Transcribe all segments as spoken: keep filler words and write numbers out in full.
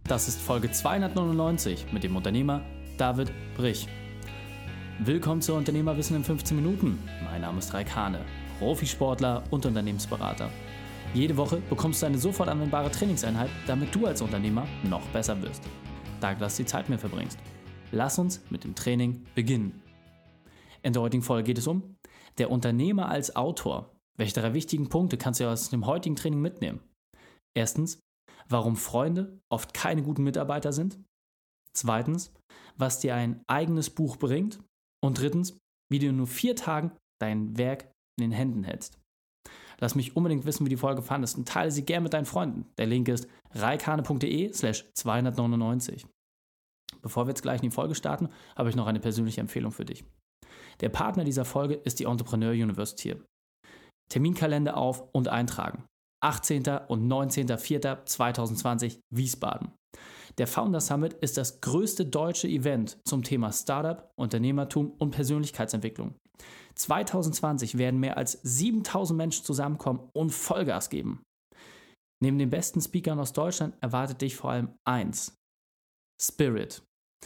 Das ist Folge zweihundertneunundneunzig mit dem Unternehmer David Brich. Willkommen zu Unternehmerwissen in fünfzehn Minuten. Mein Name ist Raik Hane, Profisportler und Unternehmensberater. Jede Woche bekommst du eine sofort anwendbare Trainingseinheit, damit du als Unternehmer noch besser wirst. Danke, dass du die Zeit mit mir verbringst. Lass uns mit dem Training beginnen. In der heutigen Folge geht es um der Unternehmer als Autor. Welche drei wichtigen Punkte kannst du aus dem heutigen Training mitnehmen? Erstens, warum Freunde oft keine guten Mitarbeiter sind. Zweitens, was dir ein eigenes Buch bringt. Und drittens, wie du in nur vier Tagen dein Werk in den Händen hältst. Lass mich unbedingt wissen, wie die Folge fandest und teile sie gerne mit deinen Freunden. Der Link ist reikhane.de slash zweihundertneunundneunzig. Bevor wir jetzt gleich in die Folge starten, habe ich noch eine persönliche Empfehlung für dich. Der Partner dieser Folge ist die Entrepreneur University. Terminkalender auf und eintragen. achtzehnten und neunzehnten vierten zweitausendzwanzig Wiesbaden. Der Founder Summit ist das größte deutsche Event zum Thema Startup, Unternehmertum und Persönlichkeitsentwicklung. zweitausendzwanzig werden mehr als siebentausend Menschen zusammenkommen und Vollgas geben. Neben den besten Speakern aus Deutschland erwartet dich vor allem eins: Spirit.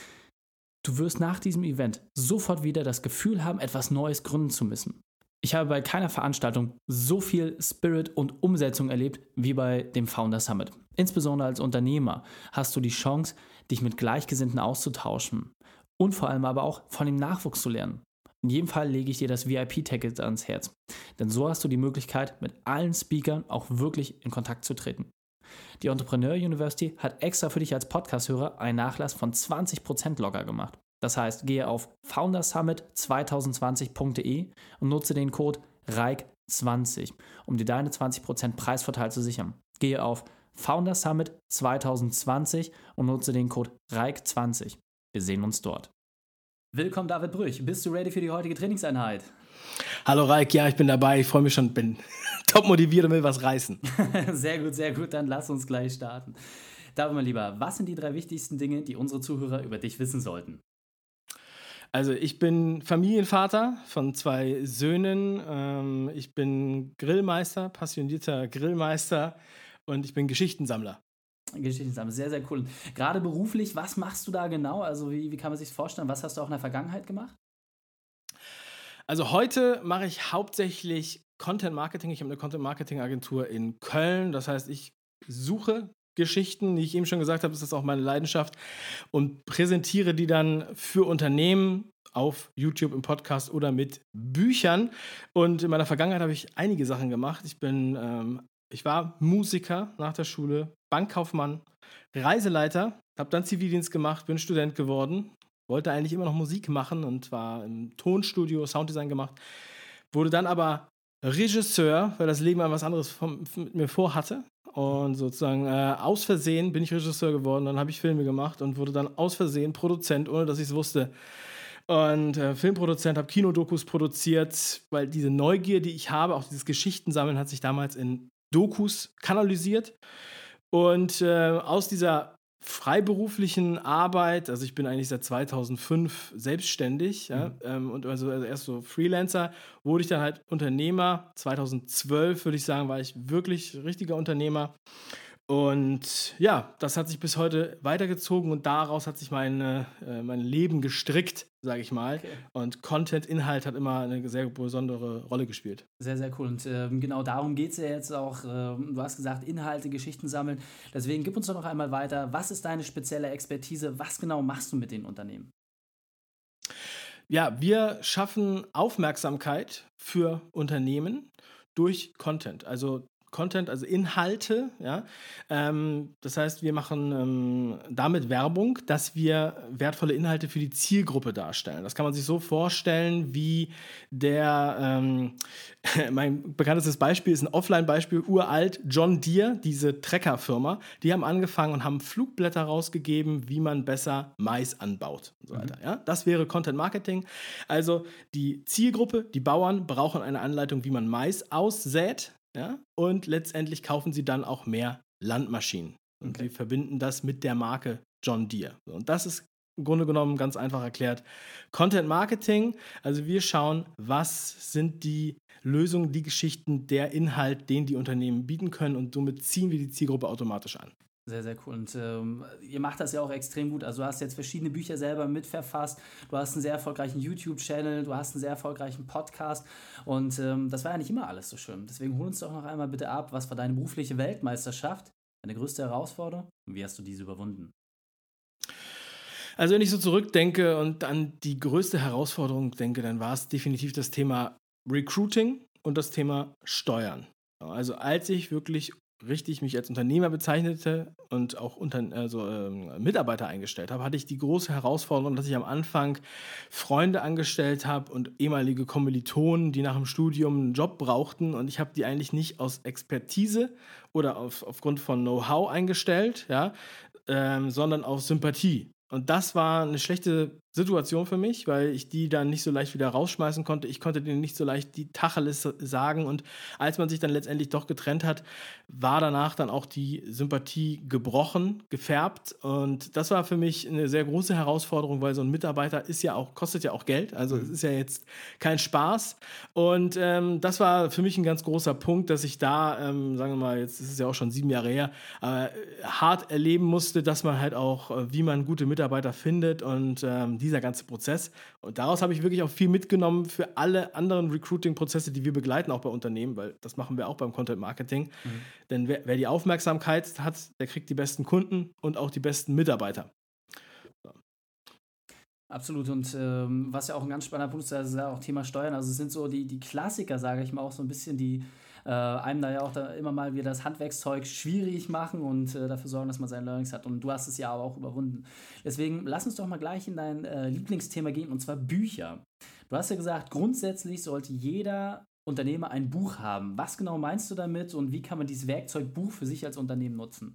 Du wirst nach diesem Event sofort wieder das Gefühl haben, etwas Neues gründen zu müssen. Ich habe bei keiner Veranstaltung so viel Spirit und Umsetzung erlebt wie bei dem Founder Summit. Insbesondere als Unternehmer hast du die Chance, dich mit Gleichgesinnten auszutauschen und vor allem aber auch von dem Nachwuchs zu lernen. In jedem Fall lege ich dir das V I P-Ticket ans Herz, denn so hast du die Möglichkeit, mit allen Speakern auch wirklich in Kontakt zu treten. Die Entrepreneur University hat extra für dich als Podcast-Hörer einen Nachlass von zwanzig Prozent locker gemacht. Das heißt, gehe auf foundersummit zweitausendzwanzig punkt de und nutze den Code raik zwanzig, um dir deine zwanzig Prozent Preisvorteil zu sichern. Gehe auf foundersummit zweitausendzwanzig und nutze den Code raik zwanzig. Wir sehen uns dort. Willkommen, David Brüch. Bist du ready für die heutige Trainingseinheit? Hallo Raik, ja, ich bin dabei. Ich freue mich schon, bin top motiviert und will was reißen. Sehr gut, sehr gut. Dann lass uns gleich starten. David, mein Lieber, was sind die drei wichtigsten Dinge, die unsere Zuhörer über dich wissen sollten? Also ich bin Familienvater von zwei Söhnen. Ähm, ich bin Grillmeister, passionierter Grillmeister und ich bin Geschichtensammler. Geschichtensammler, sehr, sehr cool. Gerade beruflich, was machst du da genau? Also wie, wie kann man sich das vorstellen? Was hast du auch in der Vergangenheit gemacht? Also heute mache ich hauptsächlich Content Marketing. Ich habe eine Content Marketing Agentur in Köln. Das heißt, ich suche Geschichten, wie ich eben schon gesagt habe, ist das auch meine Leidenschaft, und präsentiere die dann für Unternehmen auf YouTube, im Podcast oder mit Büchern. Und in meiner Vergangenheit habe ich einige Sachen gemacht. Ich bin, ähm, ich war Musiker nach der Schule, Bankkaufmann, Reiseleiter, habe dann Zivildienst gemacht, bin Student geworden, wollte eigentlich immer noch Musik machen und war im Tonstudio, Sounddesign gemacht, wurde dann aber Regisseur, weil das Leben was anderes von, mit mir vorhatte. Und sozusagen äh, aus Versehen bin ich Regisseur geworden, dann habe ich Filme gemacht und wurde dann aus Versehen Produzent, ohne dass ich es wusste. Und äh, Filmproduzent, habe Kinodokus produziert, weil diese Neugier, die ich habe, auch dieses Geschichtensammeln, hat sich damals in Dokus kanalisiert. Und äh, aus dieser freiberuflichen Arbeit, also ich bin eigentlich seit zweitausendfünf selbstständig, ja, mhm. ähm, und also, also erst so Freelancer, wurde ich dann halt Unternehmer. zweitausendzwölf, würde ich sagen, war ich wirklich richtiger Unternehmer. Und ja, das hat sich bis heute weitergezogen und daraus hat sich meine, äh, mein Leben gestrickt, sage ich mal. Okay. Und Content-Inhalt hat immer eine sehr besondere Rolle gespielt. Sehr, sehr cool. Und ähm, genau darum geht es ja jetzt auch. Ähm, du hast gesagt, Inhalte, Geschichten sammeln. Deswegen gib uns doch noch einmal weiter. Was ist deine spezielle Expertise? Was genau machst du mit den Unternehmen? Ja, wir schaffen Aufmerksamkeit für Unternehmen durch Content. Also Content, also Inhalte, ja. Ähm, das heißt, wir machen ähm, damit Werbung, dass wir wertvolle Inhalte für die Zielgruppe darstellen. Das kann man sich so vorstellen, wie der, ähm, mein bekanntestes Beispiel ist ein Offline-Beispiel, uralt, John Deere, diese Treckerfirma, die haben angefangen und haben Flugblätter rausgegeben, wie man besser Mais anbaut und so weiter. Mhm. Ja? Das wäre Content Marketing. Also die Zielgruppe, die Bauern brauchen eine Anleitung, wie man Mais aussät. Ja? Und letztendlich kaufen sie dann auch mehr Landmaschinen. Und okay. sie verbinden das mit der Marke John Deere. Und das ist im Grunde genommen ganz einfach erklärt Content Marketing. Also wir schauen, was sind die Lösungen, die Geschichten, der Inhalt, den die Unternehmen bieten können, und somit ziehen wir die Zielgruppe automatisch an. Sehr, sehr cool. Und ähm, ihr macht das ja auch extrem gut. Also du hast jetzt verschiedene Bücher selber mitverfasst, du hast einen sehr erfolgreichen YouTube-Channel, du hast einen sehr erfolgreichen Podcast und ähm, das war ja nicht immer alles so schön. Deswegen hol uns doch noch einmal bitte ab, was war deine berufliche Weltmeisterschaft, deine größte Herausforderung und wie hast du diese überwunden? Also wenn ich so zurückdenke und an die größte Herausforderung denke, dann war es definitiv das Thema Recruiting und das Thema Steuern. Also als ich wirklich richtig mich als Unternehmer bezeichnete und auch unter, also, ähm, Mitarbeiter eingestellt habe, hatte ich die große Herausforderung, dass ich am Anfang Freunde angestellt habe und ehemalige Kommilitonen, die nach dem Studium einen Job brauchten und ich habe die eigentlich nicht aus Expertise oder auf, aufgrund von Know-how eingestellt, ja, ähm, sondern aus Sympathie. Und das war eine schlechte Situation für mich, weil ich die dann nicht so leicht wieder rausschmeißen konnte. Ich konnte denen nicht so leicht die Tacheles sagen. Und als man sich dann letztendlich doch getrennt hat, war danach dann auch die Sympathie gebrochen, gefärbt. Und das war für mich eine sehr große Herausforderung, weil so ein Mitarbeiter ist ja auch, kostet ja auch Geld. Also es ist ja jetzt kein Spaß. Und ähm, das war für mich ein ganz großer Punkt, dass ich da, ähm, sagen wir mal, jetzt ist es ja auch schon sieben Jahre her, äh, hart erleben musste, dass man halt auch, äh, wie man gute Mitarbeiter findet und ähm, dieser ganze Prozess. Und daraus habe ich wirklich auch viel mitgenommen für alle anderen Recruiting-Prozesse, die wir begleiten, auch bei Unternehmen, weil das machen wir auch beim Content Marketing. Mhm. Denn wer, wer die Aufmerksamkeit hat, der kriegt die besten Kunden und auch die besten Mitarbeiter. So. Absolut. Und ähm, was ja auch ein ganz spannender Punkt ist, das ist ja auch Thema Steuern. Also es sind so die, die Klassiker, sage ich mal, auch so ein bisschen, die äh, einem da ja auch da immer mal wieder das Handwerkszeug schwierig machen und äh, dafür sorgen, dass man seine Learnings hat. Und du hast es ja aber auch überwunden. Deswegen lass uns doch mal gleich in dein äh, Lieblingsthema gehen, und zwar Bücher. Du hast ja gesagt, grundsätzlich sollte jeder Unternehmer ein Buch haben. Was genau meinst du damit und wie kann man dieses Werkzeug Buch für sich als Unternehmen nutzen?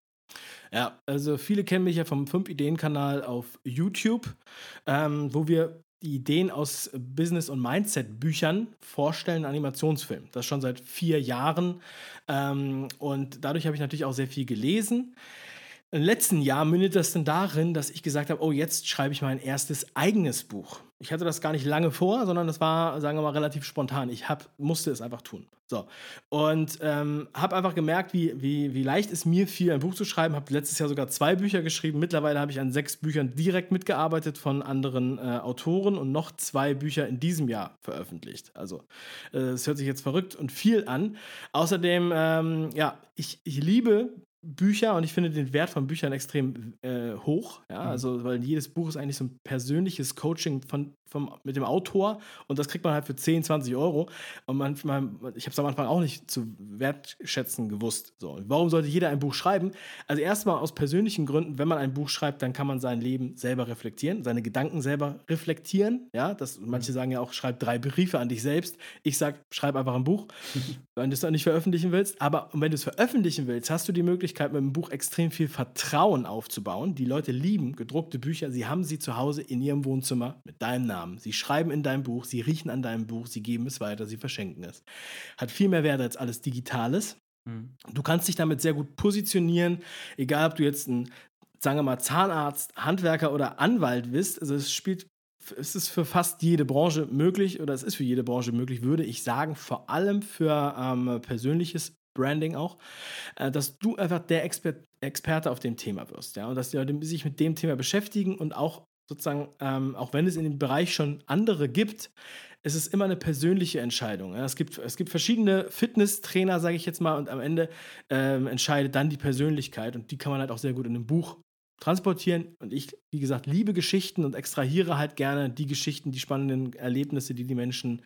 Ja, also viele kennen mich ja vom fünf-Ideen-Kanal auf YouTube, ähm, wo wir die Ideen aus Business- und Mindset-Büchern vorstellen, Animationsfilm. Das schon seit vier Jahren. Ähm, und dadurch habe ich natürlich auch sehr viel gelesen. Im letzten Jahr mündet das dann darin, dass ich gesagt habe, oh, jetzt schreibe ich mein erstes eigenes Buch. Ich hatte das gar nicht lange vor, sondern das war, sagen wir mal, relativ spontan. Ich hab, musste es einfach tun. So. Und ähm, habe einfach gemerkt, wie, wie, wie leicht es mir fiel, ein Buch zu schreiben. Habe letztes Jahr sogar zwei Bücher geschrieben. Mittlerweile habe ich an sechs Büchern direkt mitgearbeitet von anderen äh, Autoren und noch zwei Bücher in diesem Jahr veröffentlicht. Also es äh, hört sich jetzt verrückt und viel an. Außerdem, ähm, ja, ich, ich liebe Bücher und ich finde den Wert von Büchern extrem äh, hoch, ja, also weil jedes Buch ist eigentlich so ein persönliches Coaching von, vom, mit dem Autor und das kriegt man halt für zehn, zwanzig Euro und manchmal, ich habe es am Anfang auch nicht zu wertschätzen gewusst. So, und warum sollte jeder ein Buch schreiben? Also erstmal aus persönlichen Gründen, wenn man ein Buch schreibt, dann kann man sein Leben selber reflektieren, seine Gedanken selber reflektieren, ja, das, manche sagen ja auch, schreib drei Briefe an dich selbst. Ich sage, schreib einfach ein Buch, wenn du es dann nicht veröffentlichen willst, aber wenn du es veröffentlichen willst, hast du die Möglichkeit, mit dem Buch extrem viel Vertrauen aufzubauen. Die Leute lieben gedruckte Bücher. Sie haben sie zu Hause in ihrem Wohnzimmer mit deinem Namen. Sie schreiben in deinem Buch, sie riechen an deinem Buch, sie geben es weiter, sie verschenken es. Hat viel mehr Wert als alles Digitales. Mhm. Du kannst dich damit sehr gut positionieren, egal ob du jetzt ein, sagen wir mal, Zahnarzt, Handwerker oder Anwalt bist. Also es spielt Es ist für fast jede Branche möglich oder es ist für jede Branche möglich, würde ich sagen, vor allem für ähm, persönliches Branding auch, äh, dass du einfach der Exper- Experte auf dem Thema wirst, ja, und dass die Leute sich mit dem Thema beschäftigen und auch sozusagen, ähm, auch wenn es in dem Bereich schon andere gibt, es ist immer eine persönliche Entscheidung. Ja. Es gibt, es gibt verschiedene Fitnesstrainer, sage ich jetzt mal, und am Ende ähm, entscheidet dann die Persönlichkeit und die kann man halt auch sehr gut in einem Buch transportieren und ich, wie gesagt, liebe Geschichten und extrahiere halt gerne die Geschichten, die spannenden Erlebnisse, die die Menschen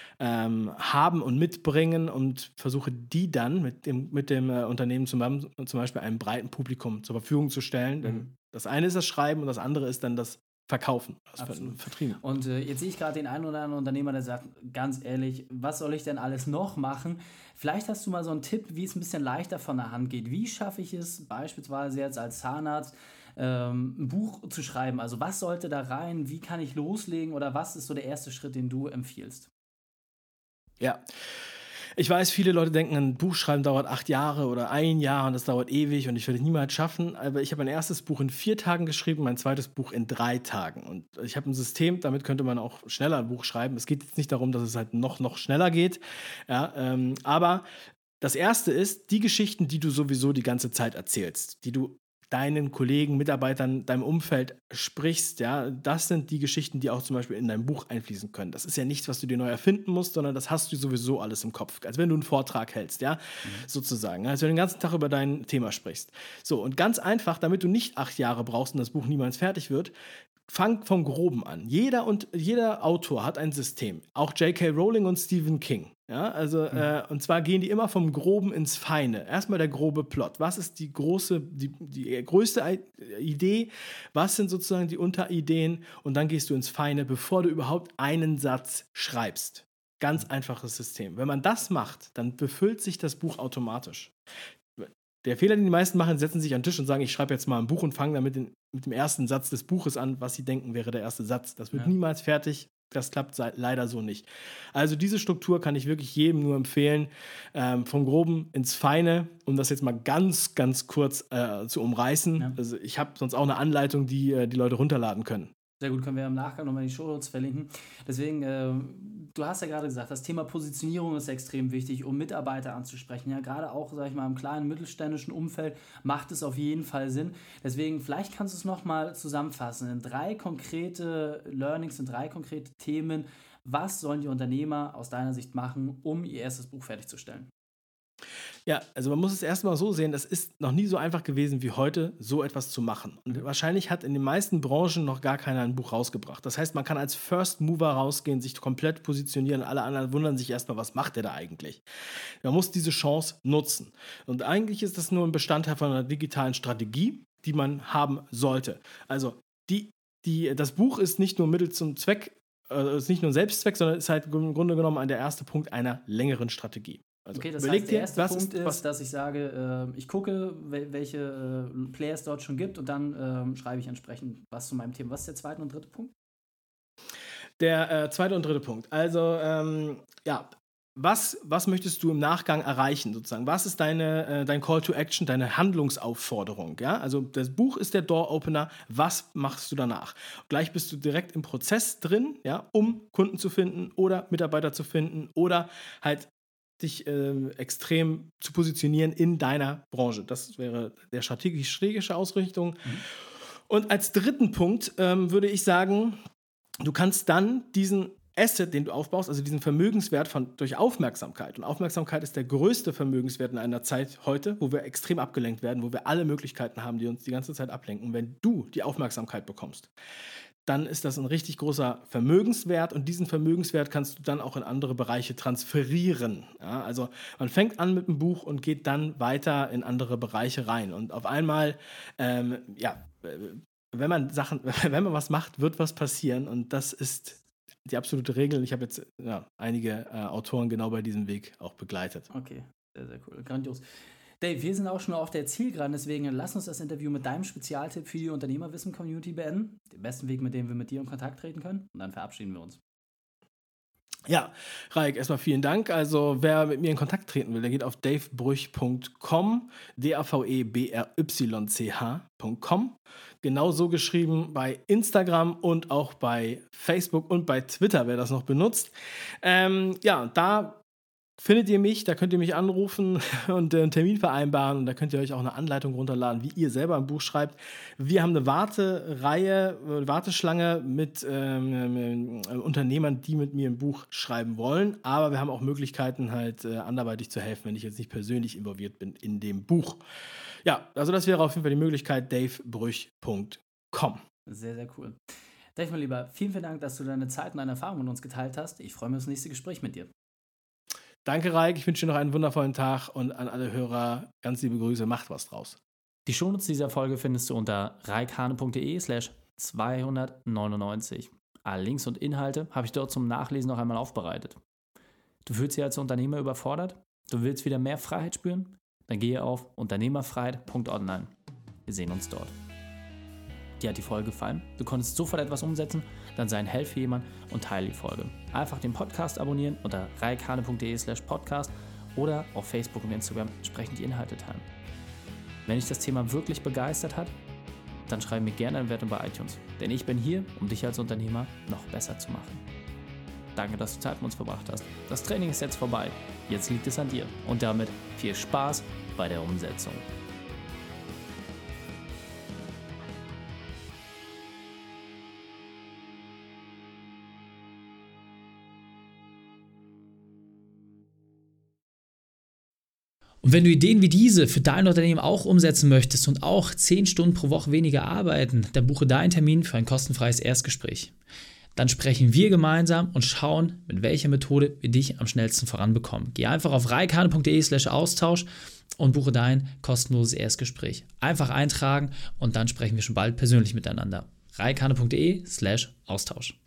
ähm, haben und mitbringen und versuche die dann mit dem, mit dem äh, Unternehmen zum, zum Beispiel einem breiten Publikum zur Verfügung zu stellen. Mhm. Denn das eine ist das Schreiben und das andere ist dann das Verkaufen, das Absolut. Vertrieben. Und äh, jetzt sehe ich gerade den einen oder anderen Unternehmer, der sagt, ganz ehrlich, was soll ich denn alles noch machen? Vielleicht hast du mal so einen Tipp, wie es ein bisschen leichter von der Hand geht. Wie schaffe ich es beispielsweise jetzt als Zahnarzt, ähm, ein Buch zu schreiben? Also was sollte da rein? Wie kann ich loslegen? Oder was ist so der erste Schritt, den du empfiehlst? Ja, ich weiß, viele Leute denken, ein Buch schreiben dauert acht Jahre oder ein Jahr und das dauert ewig und ich werde es niemals schaffen. Aber ich habe mein erstes Buch in vier Tagen geschrieben, mein zweites Buch in drei Tagen. Und ich habe ein System, damit könnte man auch schneller ein Buch schreiben. Es geht jetzt nicht darum, dass es halt noch, noch schneller geht. Ja, ähm, aber Das erste ist, die Geschichten, die du sowieso die ganze Zeit erzählst, die du deinen Kollegen, Mitarbeitern, deinem Umfeld sprichst, ja, das sind die Geschichten, die auch zum Beispiel in dein Buch einfließen können. Das ist ja nichts, was du dir neu erfinden musst, sondern das hast du sowieso alles im Kopf. Als wenn du einen Vortrag hältst, ja, mhm. sozusagen. Als wenn du den ganzen Tag über dein Thema sprichst. So, und ganz einfach, damit du nicht acht Jahre brauchst und das Buch niemals fertig wird, fang vom Groben an. Jeder und jeder Autor hat ein System. Auch J K Rowling und Stephen King. Ja, also, mhm. äh, und zwar gehen die immer vom Groben ins Feine. Erstmal der grobe Plot. Was ist die große, die, die größte Idee? Was sind sozusagen die Unterideen? Und dann gehst du ins Feine, bevor du überhaupt einen Satz schreibst. Ganz einfaches System. Wenn man das macht, dann befüllt sich das Buch automatisch. Der Fehler, den die meisten machen, setzen sich an den Tisch und sagen, ich schreibe jetzt mal ein Buch und fangen dann mit, den, mit dem ersten Satz des Buches an, was sie denken, wäre der erste Satz. Das wird ja. niemals fertig. Das klappt leider so nicht. Also diese Struktur kann ich wirklich jedem nur empfehlen, ähm, vom Groben ins Feine, um das jetzt mal ganz, ganz kurz äh, zu umreißen. Ja. Also ich habe sonst auch eine Anleitung, die äh, die Leute runterladen können. Sehr gut, können wir im Nachgang nochmal die Shownotes verlinken. Deswegen, äh, du hast ja gerade gesagt, das Thema Positionierung ist extrem wichtig, um Mitarbeiter anzusprechen. Ja, gerade auch, sag ich mal, im kleinen mittelständischen Umfeld macht es auf jeden Fall Sinn. Deswegen, vielleicht kannst du es nochmal zusammenfassen in drei konkrete Learnings, in drei konkrete Themen. Was sollen die Unternehmer aus deiner Sicht machen, um ihr erstes Buch fertigzustellen? Ja, also man muss es erstmal so sehen, das ist noch nie so einfach gewesen wie heute, so etwas zu machen. Und wahrscheinlich hat in den meisten Branchen noch gar keiner ein Buch rausgebracht. Das heißt, man kann als First Mover rausgehen, sich komplett positionieren. Alle anderen wundern sich erstmal, was macht der da eigentlich? Man muss diese Chance nutzen. Und eigentlich ist das nur ein Bestandteil von einer digitalen Strategie, die man haben sollte. Also die, die, das Buch ist nicht nur Mittel zum Zweck, äh, ist nicht nur ein Selbstzweck, sondern ist halt im Grunde genommen der erste Punkt einer längeren Strategie. Also okay, das heißt, der erste dir, Punkt ist, ist dass ich sage, äh, ich gucke, wel- welche äh, Players dort schon gibt und dann äh, schreibe ich entsprechend was zu meinem Thema. Was ist der zweite und dritte Punkt? Der äh, zweite und dritte Punkt. Also, ähm, ja, was, was möchtest du im Nachgang erreichen sozusagen? Was ist deine, äh, dein Call to Action, deine Handlungsaufforderung? Ja? Also das Buch ist der Door-Opener. Was machst du danach? Gleich bist du direkt im Prozess drin, ja, um Kunden zu finden oder Mitarbeiter zu finden oder halt dich äh, extrem zu positionieren in deiner Branche. Das wäre der strategisch, strategische Ausrichtung. Mhm. Und als dritten Punkt ähm, würde ich sagen, du kannst dann diesen Asset, den du aufbaust, also diesen Vermögenswert von, durch Aufmerksamkeit. Und Aufmerksamkeit ist der größte Vermögenswert in einer Zeit heute, wo wir extrem abgelenkt werden, wo wir alle Möglichkeiten haben, die uns die ganze Zeit ablenken. Wenn du die Aufmerksamkeit bekommst, dann ist das ein richtig großer Vermögenswert und diesen Vermögenswert kannst du dann auch in andere Bereiche transferieren. Ja, also man fängt an mit einem Buch und geht dann weiter in andere Bereiche rein. Und auf einmal, ähm, ja, wenn man Sachen, wenn man was macht, wird was passieren und das ist die absolute Regel. Ich habe jetzt ja, einige äh, Autoren genau bei diesem Weg auch begleitet. Okay, sehr, sehr cool. Grandios. Dave, wir sind auch schon auf der Zielgeraden, deswegen lass uns das Interview mit deinem Spezialtipp für die Unternehmerwissen-Community beenden. Den besten Weg, mit dem wir mit dir in Kontakt treten können. Und dann verabschieden wir uns. Ja, Raik, erstmal vielen Dank. Also wer mit mir in Kontakt treten will, der geht auf davebrüch punkt com, D A V E B R Y C H punkt com. Genauso geschrieben bei Instagram und auch bei Facebook und bei Twitter, wer das noch benutzt. Ähm, ja, da findet ihr mich, da könnt ihr mich anrufen und äh, einen Termin vereinbaren und da könnt ihr euch auch eine Anleitung runterladen, wie ihr selber ein Buch schreibt. Wir haben eine Wartereihe, eine Warteschlange mit ähm, äh, Unternehmern, die mit mir ein Buch schreiben wollen, aber wir haben auch Möglichkeiten, halt äh, anderweitig zu helfen, wenn ich jetzt nicht persönlich involviert bin in dem Buch. Ja, also das wäre auf jeden Fall die Möglichkeit, davebrüch punkt com. Sehr, sehr cool. Dave, mein Lieber, vielen, vielen Dank, dass du deine Zeit und deine Erfahrungen mit uns geteilt hast. Ich freue mich auf das nächste Gespräch mit dir. Danke, Raik. Ich wünsche dir noch einen wundervollen Tag und an alle Hörer ganz liebe Grüße. Macht was draus. Die Shownotes dieser Folge findest du unter reikhane punkt de slash zweihundertneunundneunzig. Alle Links und Inhalte habe ich dort zum Nachlesen noch einmal aufbereitet. Du fühlst dich als Unternehmer überfordert? Du willst wieder mehr Freiheit spüren? Dann gehe auf unternehmerfreiheit punkt online. Wir sehen uns dort. Dir hat die Folge gefallen? Du konntest sofort etwas umsetzen? Dann sei ein Held für jemanden und teile die Folge. Einfach den Podcast abonnieren unter reikhane punkt de slash podcast oder auf Facebook und Instagram entsprechend die Inhalte teilen. Wenn dich das Thema wirklich begeistert hat, dann schreib mir gerne eine Bewertung bei iTunes. Denn ich bin hier, um dich als Unternehmer noch besser zu machen. danke, dass du Zeit mit uns verbracht hast. Das Training ist jetzt vorbei. Jetzt liegt es an dir. Und damit viel Spaß bei der Umsetzung. Und wenn du Ideen wie diese für dein Unternehmen auch umsetzen möchtest und auch zehn Stunden pro Woche weniger arbeiten, dann buche deinen Termin für ein kostenfreies Erstgespräch. Dann sprechen wir gemeinsam und schauen, mit welcher Methode wir dich am schnellsten voranbekommen. Geh einfach auf reikane.de slash Austausch und buche dein kostenloses Erstgespräch. Einfach eintragen und dann sprechen wir schon bald persönlich miteinander. reikane.de slash Austausch.